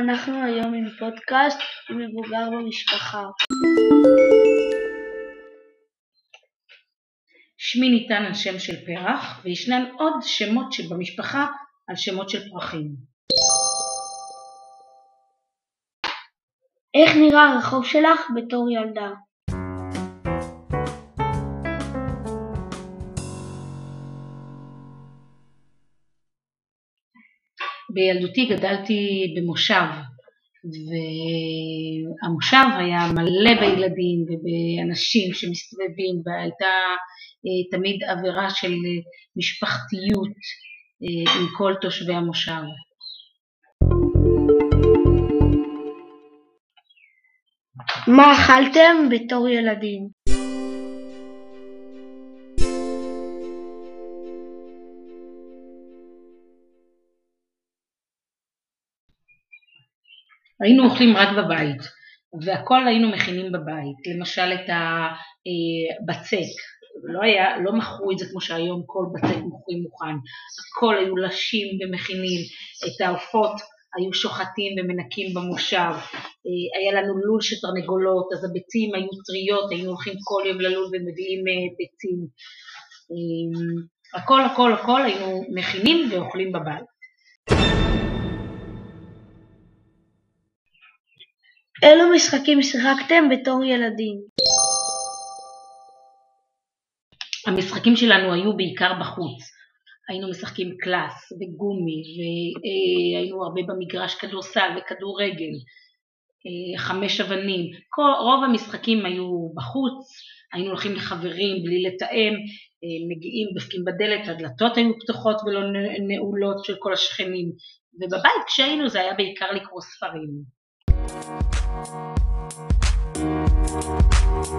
אנחנו היום עם פודקאסט מבוגר במשפחה. שמי ניתן על שם של פרח, וישנן עוד שמות שבמשפחה על שמות של פרחים. איך נראה הרחוב שלך בתור ילדה? בילדותי גדלתי במושב, והמושב היה מלא בילדים ובאנשים שמסתובבים, והייתה תמיד אווירה של משפחתיות עם כל תושבי המושב. מה אכלתם בתור ילדים? היינו אוכלים רק בבית, והכל היינו מכינים בבית. למשל את הבצק, לא מכרו את זה כמו שהיום כל בצק מוכן. הכל היו לשים ומכינים. את העופות היו שוחטים ומנקים במושב. היה לנו לול של תרנגולות, אז הביצים היו טריות, היינו הולכים כל יום ללול ומביאים ביצים. הכל היינו מכינים ואוכלים בבית. אילו משחקים שיחקתם בתור ילדים? המשחקים שלנו היו בעיקר בחוץ. היינו משחקים קלאס וגומי, והיינו הרבה במגרש כדורסל וכדורגל, 5 אבנים. רוב המשחקים היו בחוץ, היינו הולכים לחברים בלי לתאם, מגיעים דופקים בדלת, הדלתות היו פתוחות ולא נעולות של כל השכנים, ובבית כשהיינו זה היה בעיקר לקרוא ספרים.